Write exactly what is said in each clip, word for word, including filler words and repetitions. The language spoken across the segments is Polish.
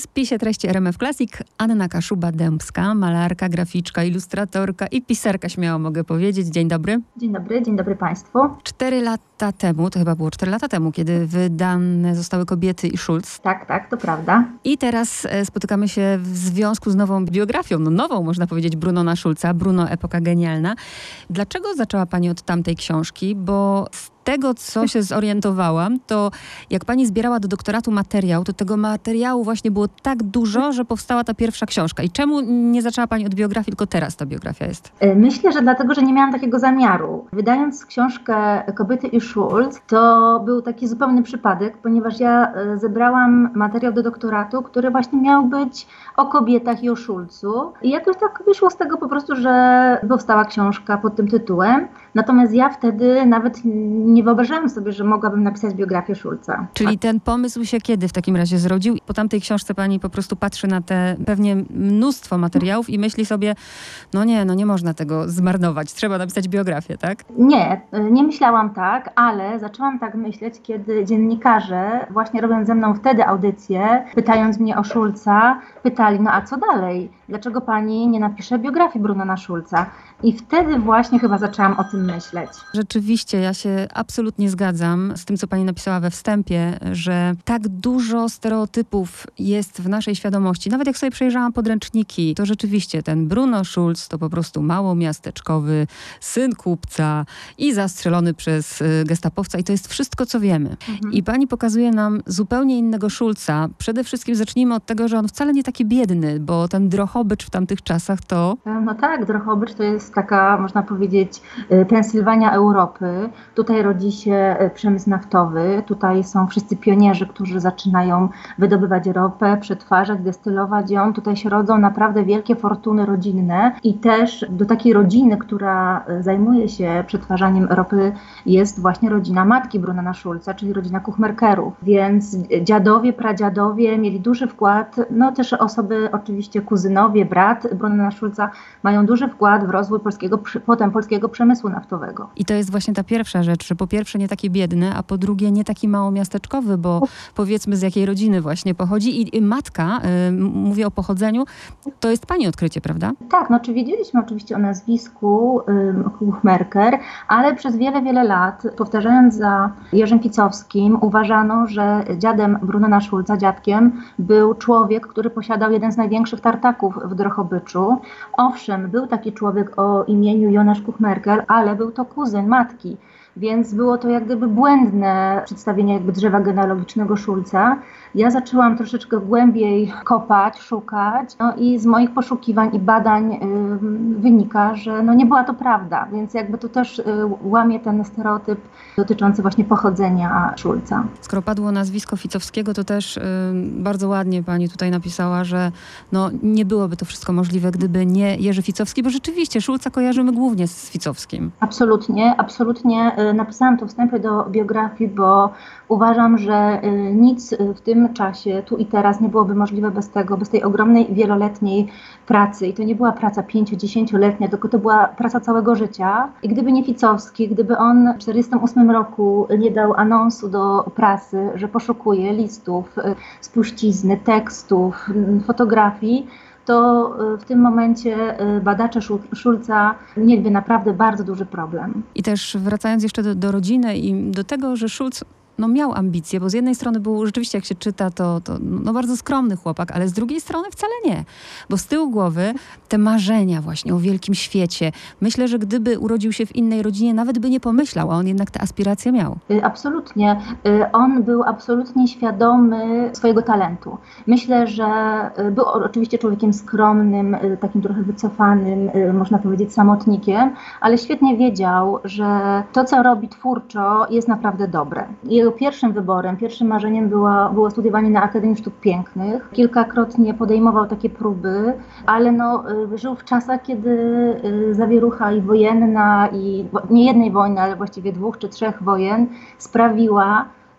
spisie treści R M F Classic Anna Kaszuba-Dębska, malarka, graficzka, ilustratorka i pisarka, śmiało mogę powiedzieć. Dzień dobry. Dzień dobry, dzień dobry Państwu. Cztery lata temu, to chyba było cztery lata temu, kiedy wydane zostały Kobiety i Schulz. Tak, tak, to prawda. I teraz spotykamy się w związku z nową biografią, no nową można powiedzieć, Brunona Schulza, Bruno, epoka genialna. Dlaczego zaczęła Pani od tamtej książki? Bo z tego, co się zorientowałam, to jak Pani zbierała do doktoratu materiał, to tego materiału właśnie było tak dużo, że powstała ta pierwsza książka. I czemu nie zaczęła Pani od biografii, tylko teraz ta biografia jest? Myślę, że dlatego, że nie miałam takiego zamiaru. Wydając książkę Kobiety i Schulz, to był taki zupełny przypadek, ponieważ ja zebrałam materiał do doktoratu, który właśnie miał być o kobietach i o Schulzu. I jakoś tak wyszło z tego po prostu, że powstała książka pod tym tytułem. Natomiast ja wtedy nawet nie wyobrażałam sobie, że mogłabym napisać biografię Schulza. Czyli ten pomysł się kiedy w takim razie zrodził? Po tamtej książce Pani po prostu patrzy na te pewnie mnóstwo materiałów i myśli sobie, no nie, no nie można tego zmarnować, trzeba napisać biografię, tak? Nie, nie myślałam tak, ale zaczęłam tak myśleć, kiedy dziennikarze, właśnie robiąc ze mną wtedy audycję, pytając mnie o Schulza, pytali, no a co dalej? Dlaczego Pani nie napisze biografii Brunona Schulza? I wtedy właśnie chyba zaczęłam o tym myśleć. Rzeczywiście, ja się absolutnie zgadzam z tym, co Pani napisała we wstępie, że tak dużo stereotypów jest w naszej świadomości. Nawet jak sobie przejrzałam podręczniki, to rzeczywiście ten Bruno Schulz to po prostu małomiasteczkowy syn kupca i zastrzelony przez gestapowca i to jest wszystko, co wiemy. Mhm. I Pani pokazuje nam zupełnie innego Schulza. Przede wszystkim zacznijmy od tego, że on wcale nie taki biedny, bo ten Drohobycz w tamtych czasach to... No tak, Drohobycz to jest taka, można powiedzieć, Pensylwania Europy. Tutaj rodzi się przemysł naftowy, tutaj są wszyscy pionierzy, którzy zaczynają wydobywać ropę, przetwarzać, destylować ją. Tutaj się rodzą naprawdę wielkie fortuny rodzinne i też do takiej rodziny, która zajmuje się przetwarzaniem ropy, jest właśnie rodzina matki Brunona Schulza, czyli rodzina Kuchmerkerów. Więc dziadowie, pradziadowie mieli duży wkład, no też osoby, oczywiście kuzynowie, brat Brunona Schulza mają duży wkład w rozwój polskiego, potem polskiego przemysłu naftowego. I to jest właśnie ta pierwsza rzecz, że po pierwsze nie taki biedny, a po drugie nie taki małomiasteczkowy, bo powiedzmy z jakiej rodziny właśnie pochodzi. I, i matka, y, mówię o pochodzeniu, to jest Pani odkrycie, prawda? Tak, no czy wiedzieliśmy oczywiście o nazwisku y, Kuchmerker, ale przez wiele, wiele lat, powtarzając za Jerzym Ficowskim, uważano, że dziadem Brunona Schulza, dziadkiem, był człowiek, który posiadał jeden z największych tartaków w Drohobyczu. Owszem, był taki człowiek o imieniu Jonasz Kuchmerker, ale był to kuzyn matki. Więc było to jak gdyby błędne przedstawienie jakby drzewa genealogicznego Schulza. Ja zaczęłam troszeczkę głębiej kopać, szukać, no i z moich poszukiwań i badań y, wynika, że no nie była to prawda, więc jakby to też y, łamie ten stereotyp dotyczący właśnie pochodzenia Schulza. Skoro padło nazwisko Ficowskiego, to też y, bardzo ładnie Pani tutaj napisała, że no nie byłoby to wszystko możliwe, gdyby nie Jerzy Ficowski, bo rzeczywiście Schulza kojarzymy głównie z Ficowskim. Absolutnie, absolutnie. Napisałam to wstępy do biografii, bo uważam, że nic w tym czasie, tu i teraz nie byłoby możliwe bez tego, bez tej ogromnej, wieloletniej pracy. I to nie była praca pięcio-dziesięcioletnia, tylko to była praca całego życia. I gdyby nie Ficowski, gdyby on w czterdziestym ósmym roku nie dał anonsu do prasy, że poszukuje listów, spuścizny, tekstów, fotografii, to w tym momencie badacze Schulza mieliby naprawdę bardzo duży problem. I też wracając jeszcze do, do rodziny i do tego, że Schulz no miał ambicje, bo z jednej strony był rzeczywiście, jak się czyta, to, to no bardzo skromny chłopak, ale z drugiej strony wcale nie. Bo z tyłu głowy te marzenia właśnie o wielkim świecie. Myślę, że gdyby urodził się w innej rodzinie, nawet by nie pomyślał, a on jednak te aspiracje miał. Absolutnie. On był absolutnie świadomy swojego talentu. Myślę, że był oczywiście człowiekiem skromnym, takim trochę wycofanym, można powiedzieć samotnikiem, ale świetnie wiedział, że to, co robi twórczo, jest naprawdę dobre. Jego pierwszym wyborem, pierwszym marzeniem było, było studiowanie na Akademii Sztuk Pięknych. Kilkakrotnie podejmował takie próby, ale no, żył w czasach, kiedy zawierucha i wojenna, i nie jednej wojny, ale właściwie dwóch czy trzech wojen sprawiła,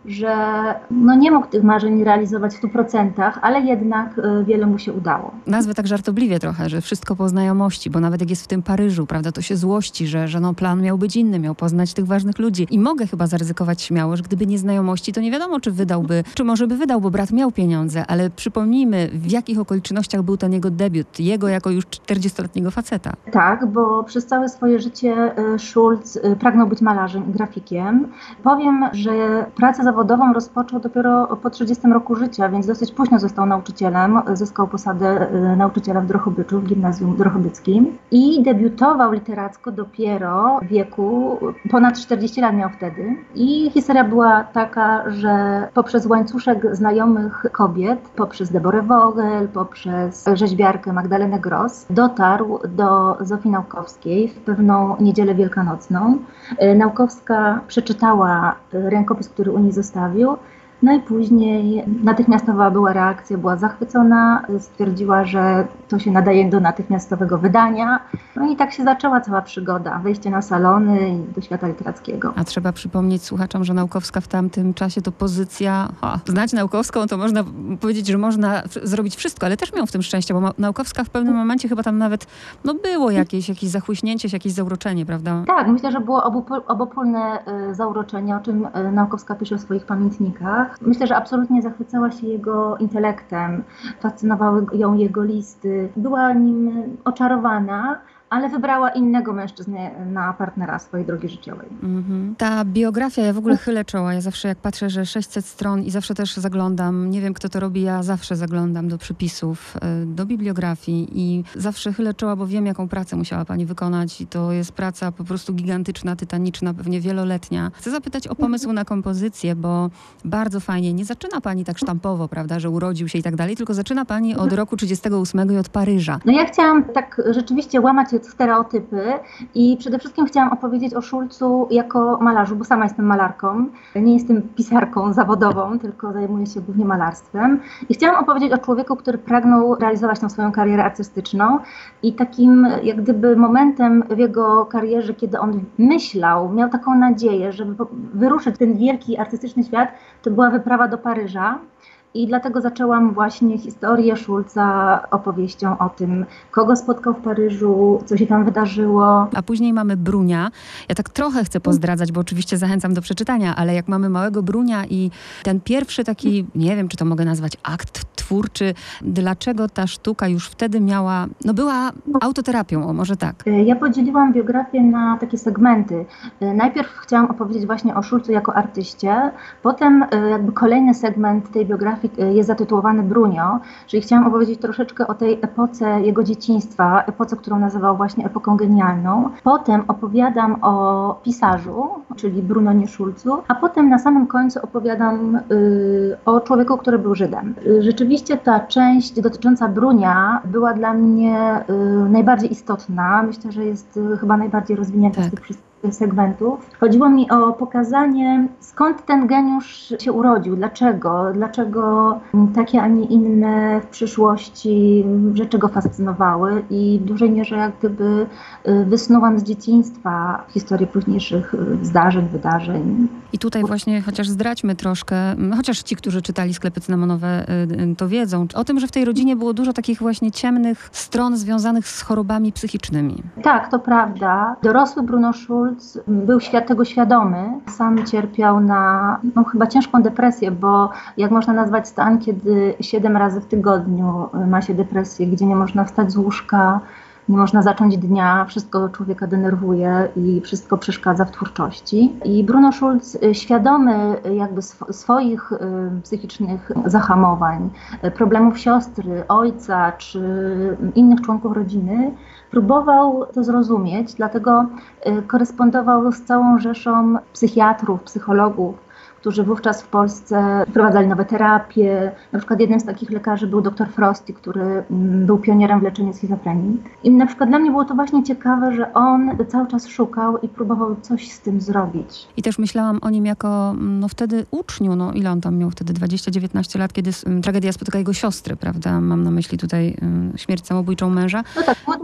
że no nie mógł tych marzeń realizować w stu procentach, ale jednak y, wiele mu się udało. Nazwę tak żartobliwie trochę, że wszystko po znajomości, bo nawet jak jest w tym Paryżu, prawda, to się złości, że, że no plan miał być inny, miał poznać tych ważnych ludzi. I mogę chyba zaryzykować śmiało, że gdyby nie znajomości, to nie wiadomo, czy wydałby, czy może by wydał, bo brat miał pieniądze, ale przypomnijmy, w jakich okolicznościach był ten jego debiut, jego jako już czterdziestoletniego faceta. Tak, bo przez całe swoje życie y, Schulz y, pragnął być malarzem i grafikiem. Powiem, że pracę zawodową rozpoczął dopiero po trzydziestym roku życia, więc dosyć późno został nauczycielem. Zyskał posadę y, nauczyciela w Drohobyczu, w gimnazjum drohobyckim i debiutował literacko dopiero w wieku ponad czterdziestu lat miał wtedy. I historia była taka, że poprzez łańcuszek znajomych kobiet, poprzez Deborę Vogel, poprzez rzeźbiarkę Magdalenę Gross, dotarł do Zofii Naukowskiej w pewną niedzielę wielkanocną. Naukowska przeczytała rękopis, który u niej zostawił. No i później natychmiastowa była reakcja, była zachwycona, stwierdziła, że to się nadaje do natychmiastowego wydania. No i tak się zaczęła cała przygoda, wejście na salony i do świata literackiego. A trzeba przypomnieć słuchaczom, że Naukowska w tamtym czasie to pozycja, ha, znać Naukowską to można powiedzieć, że można f- zrobić wszystko, ale też miał w tym szczęście, bo ma- Naukowska w pewnym momencie chyba tam nawet, no było jakieś, jakieś zachłyśnięcie, jakieś zauroczenie, prawda? Tak, myślę, że było obu- obopólne y, zauroczenie, o czym y, Naukowska pisze w swoich pamiętnikach. Myślę, że absolutnie zachwycała się jego intelektem, fascynowały ją jego listy, była nim oczarowana, ale wybrała innego mężczyznę na partnera swojej drogi życiowej. Mhm. Ta biografia, ja w ogóle chylę czoła. Ja zawsze jak patrzę, że sześćset stron i zawsze też zaglądam, nie wiem kto to robi, ja zawsze zaglądam do przypisów, do bibliografii i zawsze chylę czoła, bo wiem jaką pracę musiała pani wykonać i to jest praca po prostu gigantyczna, tytaniczna, pewnie wieloletnia. Chcę zapytać o pomysł na kompozycję, bo bardzo fajnie, nie zaczyna pani tak sztampowo, prawda, że urodził się i tak dalej, tylko zaczyna pani od roku trzydziestego ósmego i od Paryża. No ja chciałam tak rzeczywiście łamać stereotypy i przede wszystkim chciałam opowiedzieć o Schulzu jako malarzu, bo sama jestem malarką, nie jestem pisarką zawodową, tylko zajmuję się głównie malarstwem i chciałam opowiedzieć o człowieku, który pragnął realizować tą swoją karierę artystyczną i takim jak gdyby momentem w jego karierze, kiedy on myślał, miał taką nadzieję, żeby wyruszyć w ten wielki artystyczny świat, to była wyprawa do Paryża. I dlatego zaczęłam właśnie historię Schulza opowieścią o tym, kogo spotkał w Paryżu, co się tam wydarzyło. A później mamy Brunia. Ja tak trochę chcę pozdradzać, bo oczywiście zachęcam do przeczytania, ale jak mamy małego Brunia i ten pierwszy taki, nie wiem, czy to mogę nazwać akt twórczy, dlaczego ta sztuka już wtedy miała, no była autoterapią, o może tak. Ja podzieliłam biografię na takie segmenty. Najpierw chciałam opowiedzieć właśnie o Schulzu jako artyście, potem jakby kolejny segment tej biografii jest zatytułowany Brunio, czyli chciałam opowiedzieć troszeczkę o tej epoce jego dzieciństwa, epoce, którą nazywał właśnie epoką genialną. Potem opowiadam o pisarzu, czyli Brunonie Schulzu, a potem na samym końcu opowiadam y, o człowieku, który był Żydem. Y, rzeczywiście ta część dotycząca Brunia była dla mnie y, najbardziej istotna. Myślę, że jest y, chyba najbardziej rozwinięta Tak. z tych wszystkich segmentów. Chodziło mi o pokazanie, skąd ten geniusz się urodził, dlaczego, dlaczego takie, a nie inne w przyszłości rzeczy go fascynowały i w dużej mierze jak gdyby wysnułam z dzieciństwa historię późniejszych zdarzeń, wydarzeń. I tutaj właśnie, chociaż zdradźmy troszkę, chociaż ci, którzy czytali Sklepy cynamonowe, to wiedzą, o tym, że w tej rodzinie było dużo takich właśnie ciemnych stron związanych z chorobami psychicznymi. Tak, to prawda. Dorosły Bruno Schulz był świat tego świadomy. Sam cierpiał na no, chyba ciężką depresję, bo jak można nazwać stan, kiedy siedem razy w tygodniu ma się depresję, gdzie nie można wstać z łóżka, nie można zacząć dnia, wszystko człowieka denerwuje i wszystko przeszkadza w twórczości. I Bruno Schulz, świadomy jakby sw- swoich y, psychicznych zahamowań, y, problemów siostry, ojca czy innych członków rodziny, próbował to zrozumieć, dlatego y, korespondował z całą rzeszą psychiatrów, psychologów, którzy wówczas w Polsce wprowadzali nowe terapie. Na przykład jednym z takich lekarzy był dr Frosty, który mm, był pionierem w leczeniu schizofrenii. I na przykład dla mnie było to właśnie ciekawe, że on cały czas szukał i próbował coś z tym zrobić. I też myślałam o nim jako, no wtedy uczniu, no ile on tam miał wtedy, dwadzieścia dziewiętnaście lat, kiedy um, tragedia spotyka jego siostry, prawda? Mam na myśli tutaj um, śmierć samobójczą męża. No tak, młody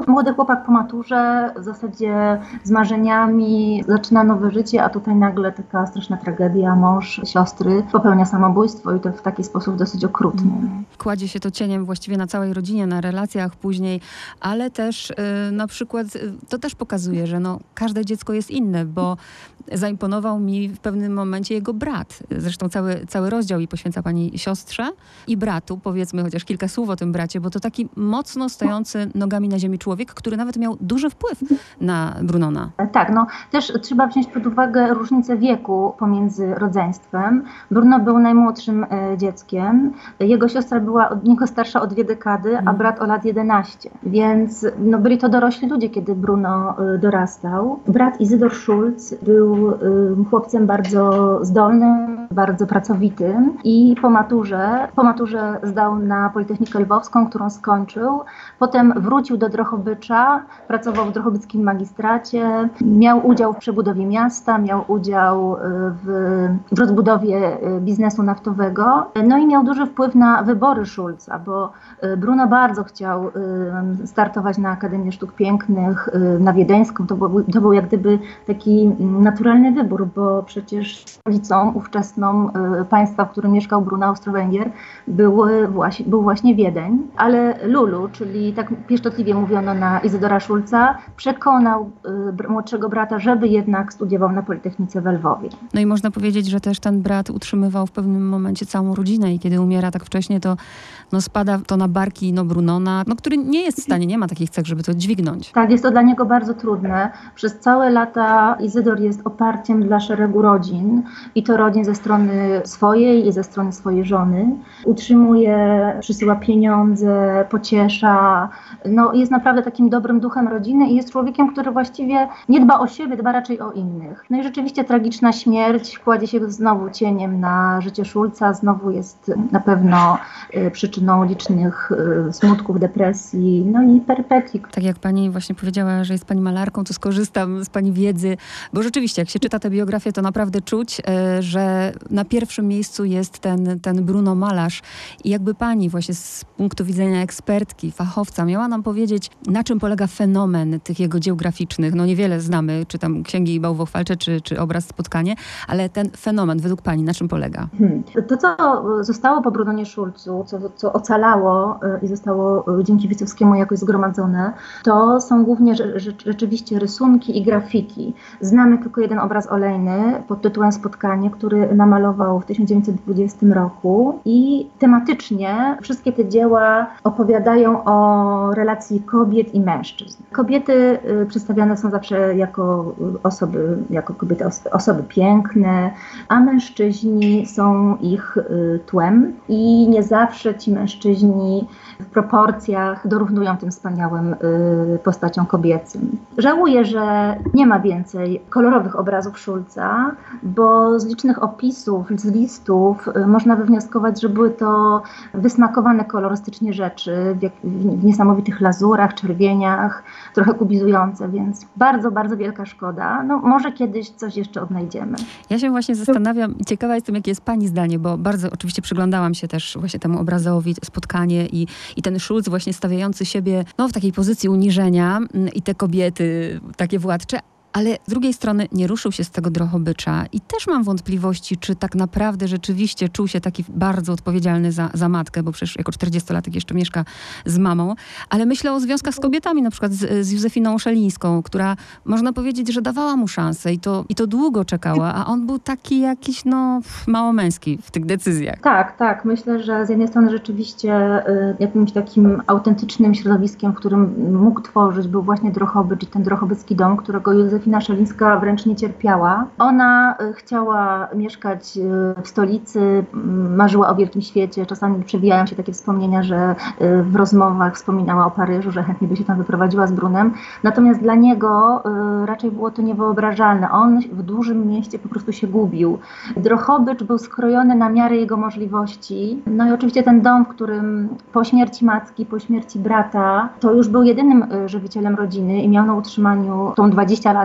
młody chłopak po maturze, w zasadzie z marzeniami, zaczyna nowe życie, a tutaj nagle taka straszna tragedia. Mąż siostry popełnia samobójstwo i to w taki sposób dosyć okrutny. Kładzie się to cieniem właściwie na całej rodzinie, na relacjach później, ale też y, na przykład y, to też pokazuje, że no, każde dziecko jest inne, bo zaimponował mi w pewnym momencie jego brat. Zresztą cały, cały rozdział i poświęca pani siostrze i bratu. Powiedzmy chociaż kilka słów o tym bracie, bo to taki mocno stojący nogami na ziemi człowiek, który nawet miał duży wpływ na Brunona. Tak, no też trzeba wziąć pod uwagę różnicę wieku pomiędzy rodzeństwem. Bruno był najmłodszym e, dzieckiem. Jego siostra była od niego starsza o dwie dekady, a brat o lat jedenaście. Więc no, byli to dorośli ludzie, kiedy Bruno e, dorastał. Brat Izydor Schulz był e, chłopcem bardzo zdolnym, bardzo pracowitym i po maturze, po maturze zdał na Politechnikę Lwowską, którą skończył. Potem wrócił do Drohobycza, pracował w drohobyckim magistracie, miał udział w przebudowie miasta, miał udział w, w rozbudowie biznesu naftowego, no i miał duży wpływ na wybory Schulza, bo Bruno bardzo chciał startować na Akademię Sztuk Pięknych, na Wiedeńską. To był, to był jak gdyby taki naturalny wybór, bo przecież stolicą ówczesną państwa, w którym mieszkał Bruno, Austro-Węgier, był właśnie, był właśnie Wiedeń. Ale Lulu, czyli tak pieszczotliwie mówiono na Izydora Schulza, przekonał y, młodszego brata, żeby jednak studiował na Politechnice we Lwowie. No i można powiedzieć, że też ten brat utrzymywał w pewnym momencie całą rodzinę i kiedy umiera tak wcześnie, to no, spada to na barki no, Brunona, no, który nie jest w stanie, nie ma takich cech, żeby to dźwignąć. Tak, jest to dla niego bardzo trudne. Przez całe lata Izydor jest oparciem dla szeregu rodzin i to rodzin ze strony swojej i ze strony swojej żony. Utrzymuje, przysyła pieniądze, pociesza. No, jest naprawdę takim dobrym duchem rodziny i jest człowiekiem, który właściwie nie dba o siebie, dba raczej o innych. No i rzeczywiście tragiczna śmierć kładzie się znowu cieniem na życie Schulza, znowu jest na pewno y, przyczyną licznych y, smutków, depresji, no i perypetii. Tak jak pani właśnie powiedziała, że jest pani malarką, to skorzystam z pani wiedzy, bo rzeczywiście jak się czyta tę biografię, to naprawdę czuć, y, że na pierwszym miejscu jest ten, ten Bruno malarz i jakby pani właśnie z punktu widzenia ekspertki, fachowca miała nam powiedzieć, na czym polega fenomen tych jego dzieł graficznych. No niewiele znamy, czy tam Księgi Bałwochwalcze, czy, czy obraz Spotkanie, ale ten fenomen według pani na czym polega? Hmm. To, co zostało po Brunonie Schulzu, co, co ocalało i zostało dzięki Wicowskiemu jakoś zgromadzone, to są głównie rzeczywiście rysunki i grafiki. Znamy tylko jeden obraz olejny pod tytułem Spotkanie, który namalował w tysiąc dziewięćset dwudziestym roku i tematycznie wszystkie te dzieła opowiadają o relacji kobiet i mężczyzn. Kobiety y, przedstawiane są zawsze jako osoby, jako kobiety, osoby piękne, a mężczyźni są ich y, tłem i nie zawsze ci mężczyźni w proporcjach dorównują tym wspaniałym y, postaciom kobiecym. Żałuję, że nie ma więcej kolorowych obrazów Schulza, bo z licznych opisów, z listów y, można wywnioskować, że były to wysmakowane kolorystycznie rzeczy w, jak, w niesamowitych lazurach, czerwieniach, trochę kubizujące, więc bardzo, bardzo wielka szkoda. No może kiedyś coś jeszcze odnajdziemy. Ja się właśnie zastanawiam i ciekawa jestem, jakie jest pani zdanie, bo bardzo oczywiście przyglądałam się też właśnie temu obrazowi Spotkanie i, i ten Schulz właśnie stawiający siebie no, w takiej pozycji uniżenia i te kobiety takie władcze. Ale z drugiej strony nie ruszył się z tego Drohobycza i też mam wątpliwości, czy tak naprawdę rzeczywiście czuł się taki bardzo odpowiedzialny za, za matkę, bo przecież jako czterdziestolatek jeszcze mieszka z mamą. Ale myślę o związkach z kobietami, na przykład z, z Józefiną Szelińską, która można powiedzieć, że dawała mu szansę i to, i to długo czekała, a on był taki jakiś no mało męski w tych decyzjach. Tak, tak. Myślę, że z jednej strony rzeczywiście y, jakimś takim autentycznym środowiskiem, w którym mógł tworzyć, był właśnie Drohobycz i ten drohobycki dom, którego Józefina Szelińska wręcz nie cierpiała. Ona chciała mieszkać w stolicy, marzyła o wielkim świecie. Czasami przewijają się takie wspomnienia, że w rozmowach wspominała o Paryżu, że chętnie by się tam wyprowadziła z Brunem. Natomiast dla niego raczej było to niewyobrażalne. On w dużym mieście po prostu się gubił. Drohobycz był skrojony na miarę jego możliwości. No i oczywiście ten dom, w którym po śmierci matki, po śmierci brata, to już był jedynym żywicielem rodziny i miał na utrzymaniu tą dwadzieścia lat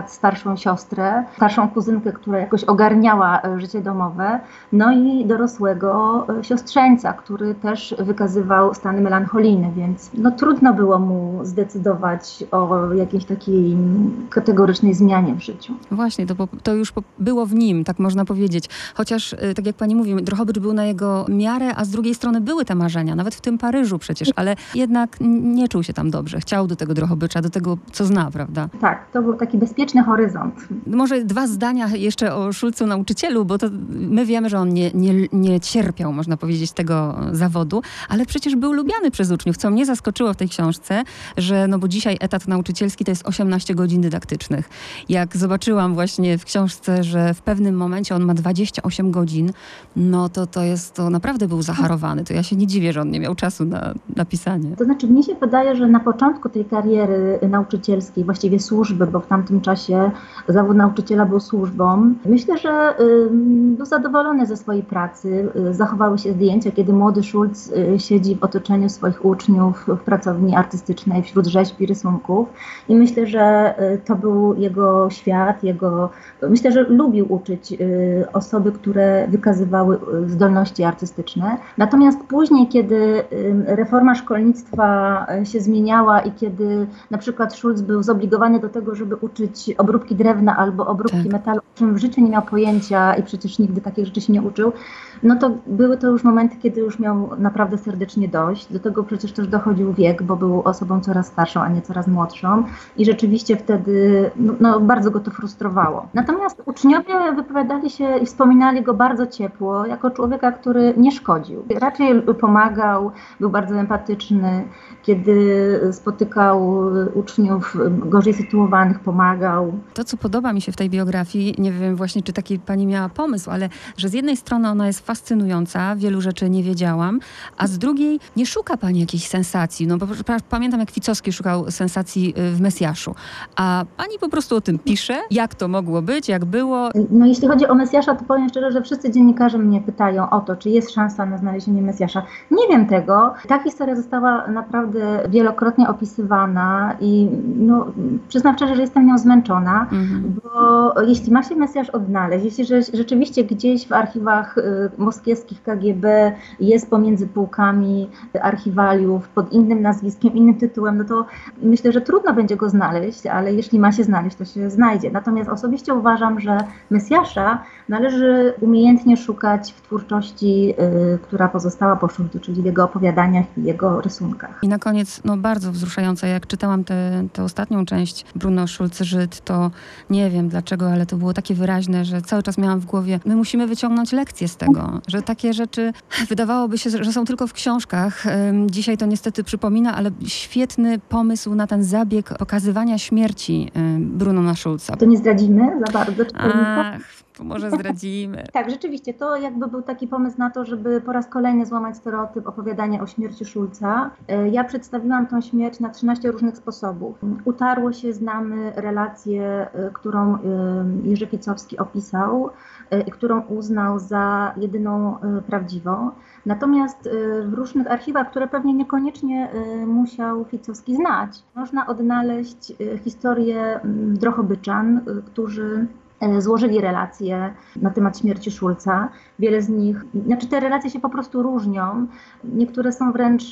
lat starszą siostrę, starszą kuzynkę, która jakoś ogarniała życie domowe, no i dorosłego siostrzeńca, który też wykazywał stany melancholijne, więc no, trudno było mu zdecydować o jakiejś takiej kategorycznej zmianie w życiu. Właśnie, to, to już było w nim, tak można powiedzieć. Chociaż, tak jak pani mówi, Drohobycz był na jego miarę, a z drugiej strony były te marzenia, nawet w tym Paryżu przecież, ale jednak nie czuł się tam dobrze. Chciał do tego Drohobycza, do tego, co zna, prawda? Tak, to był taki bezpieczny horyzont. Może dwa zdania jeszcze o Schulzu nauczycielu, bo to my wiemy, że on nie, nie, nie cierpiał, można powiedzieć, tego zawodu, ale przecież był lubiany przez uczniów, co mnie zaskoczyło w tej książce, że no bo dzisiaj etat nauczycielski to jest osiemnaście godzin dydaktycznych. Jak zobaczyłam właśnie w książce, że w pewnym momencie on ma dwadzieścia osiem godzin, no to to jest, to naprawdę był zacharowany. To ja się nie dziwię, że on nie miał czasu na, na pisanie. To znaczy, mnie się wydaje, że na początku tej kariery nauczycielskiej, właściwie służby, bo w tamtym czasie zawód nauczyciela był służbą, myślę, że y, był zadowolony ze swojej pracy. Y, zachowały się zdjęcia, kiedy młody Schulz y, siedzi w otoczeniu swoich uczniów w pracowni artystycznej wśród rzeźb i rysunków. I myślę, że y, to był jego świat, jego... Myślę, że lubił uczyć y, osoby, które wykazywały y, zdolności artystyczne. Natomiast później, kiedy y, reforma szkolnictwa y, się zmieniała i kiedy na przykład Schulz był zobligowany do tego, żeby uczyć obróbki drewna albo obróbki tak. metalu, o czym w życiu nie miał pojęcia i przecież nigdy takich rzeczy się nie uczył, no to były to już momenty, kiedy już miał naprawdę serdecznie dość. Do tego przecież też dochodził wiek, bo był osobą coraz starszą, a nie coraz młodszą i rzeczywiście wtedy no, no, bardzo go to frustrowało. Natomiast uczniowie wypowiadali się i wspominali go bardzo ciepło, jako człowieka, który nie szkodził. Raczej pomagał, był bardzo empatyczny, kiedy spotykał uczniów gorzej sytuowanych, pomagał. To, co podoba mi się w tej biografii, nie wiem właśnie, czy taki pani miała pomysł, ale że z jednej strony ona jest fascynująca, wielu rzeczy nie wiedziałam, a z drugiej nie szuka pani jakiejś sensacji. No bo pamiętam, jak Ficowski szukał sensacji w Mesjaszu, a pani po prostu o tym pisze, jak to mogło być, jak było. No jeśli chodzi o Mesjasza, to powiem szczerze, że wszyscy dziennikarze mnie pytają o to, czy jest szansa na znalezienie Mesjasza. Nie wiem tego. Ta historia została naprawdę wielokrotnie opisywana i no, przyznam szczerze, że jestem nią zmęczona, mhm. bo jeśli ma się Mesjasz odnaleźć, jeśli że, rzeczywiście gdzieś w archiwach y, moskiewskich K G B jest pomiędzy półkami archiwaliów pod innym nazwiskiem, innym tytułem, no to myślę, że trudno będzie go znaleźć, ale jeśli ma się znaleźć, to się znajdzie. Natomiast osobiście uważam, że Mesjasza należy umiejętnie szukać w twórczości, y, która pozostała po Schulzu, czyli w jego opowiadaniach i jego rysunkach. I na koniec, no bardzo wzruszające, jak czytałam tę ostatnią część Bruno Schulz-Żyd, to nie wiem dlaczego, ale to było takie wyraźne, że cały czas miałam w głowie, my musimy wyciągnąć lekcje z tego, że takie rzeczy wydawałoby się, że są tylko w książkach. Dzisiaj to niestety przypomina, ale świetny pomysł na ten zabieg pokazywania śmierci Brunona Schulza. To nie zdradzimy za bardzo? Ach, to może zdradzimy. Tak, rzeczywiście, to jakby był taki pomysł na to, żeby po raz kolejny złamać stereotyp opowiadania o śmierci Schulza. Ja przedstawiłam tą śmierć na trzynaście różnych sposobów. Utarło się, znamy relację, którą Jerzy Ficowski opisał i którą uznał za jedyną prawdziwą. Natomiast w różnych archiwach, które pewnie niekoniecznie musiał Ficowski znać, można odnaleźć historię Drohobyczan, którzy złożyli relacje na temat śmierci Schulza. Wiele z nich, znaczy te relacje się po prostu różnią. Niektóre są wręcz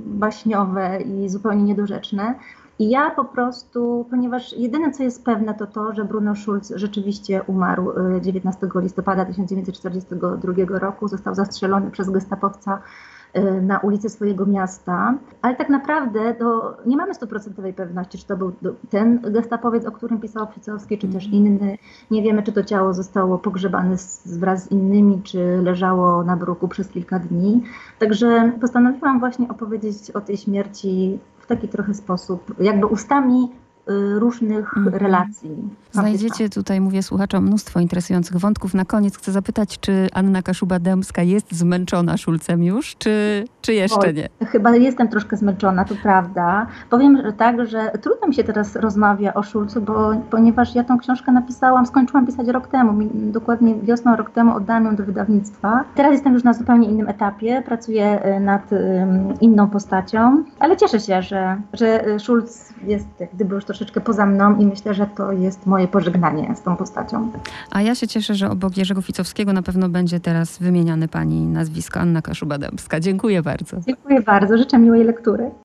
baśniowe i zupełnie niedorzeczne. I ja po prostu, ponieważ jedyne co jest pewne to to, że Bruno Schulz rzeczywiście umarł dziewiętnastego listopada tysiąc dziewięćset czterdziestego drugiego roku, został zastrzelony przez gestapowca na ulicy swojego miasta, ale tak naprawdę to nie mamy stuprocentowej pewności, czy to był ten gestapowiec, o którym pisał Ficowski, czy też inny. Nie wiemy, czy to ciało zostało pogrzebane wraz z innymi, czy leżało na bruku przez kilka dni. Także postanowiłam właśnie opowiedzieć o tej śmierci w taki trochę sposób, jakby ustami różnych mm. relacji. Znajdziecie tutaj, mówię słuchaczom, mnóstwo interesujących wątków. Na koniec chcę zapytać, czy Anna Kaszuba-Dębska jest zmęczona Schulzem już, czy, czy jeszcze Oj, nie? Chyba jestem troszkę zmęczona, to prawda. Powiem że tak, że trudno mi się teraz rozmawia o Schulzu, bo, ponieważ ja tą książkę napisałam, skończyłam pisać rok temu, dokładnie wiosną rok temu oddałam ją do wydawnictwa. Teraz jestem już na zupełnie innym etapie, pracuję nad um, inną postacią, ale cieszę się, że, że Schulz jest jak gdyby już troszkę troszeczkę poza mną i myślę, że to jest moje pożegnanie z tą postacią. A ja się cieszę, że obok Jerzego Ficowskiego na pewno będzie teraz wymieniane pani nazwisko Anna Kaszuba-Dębska. Dziękuję bardzo. Dziękuję bardzo, życzę miłej lektury.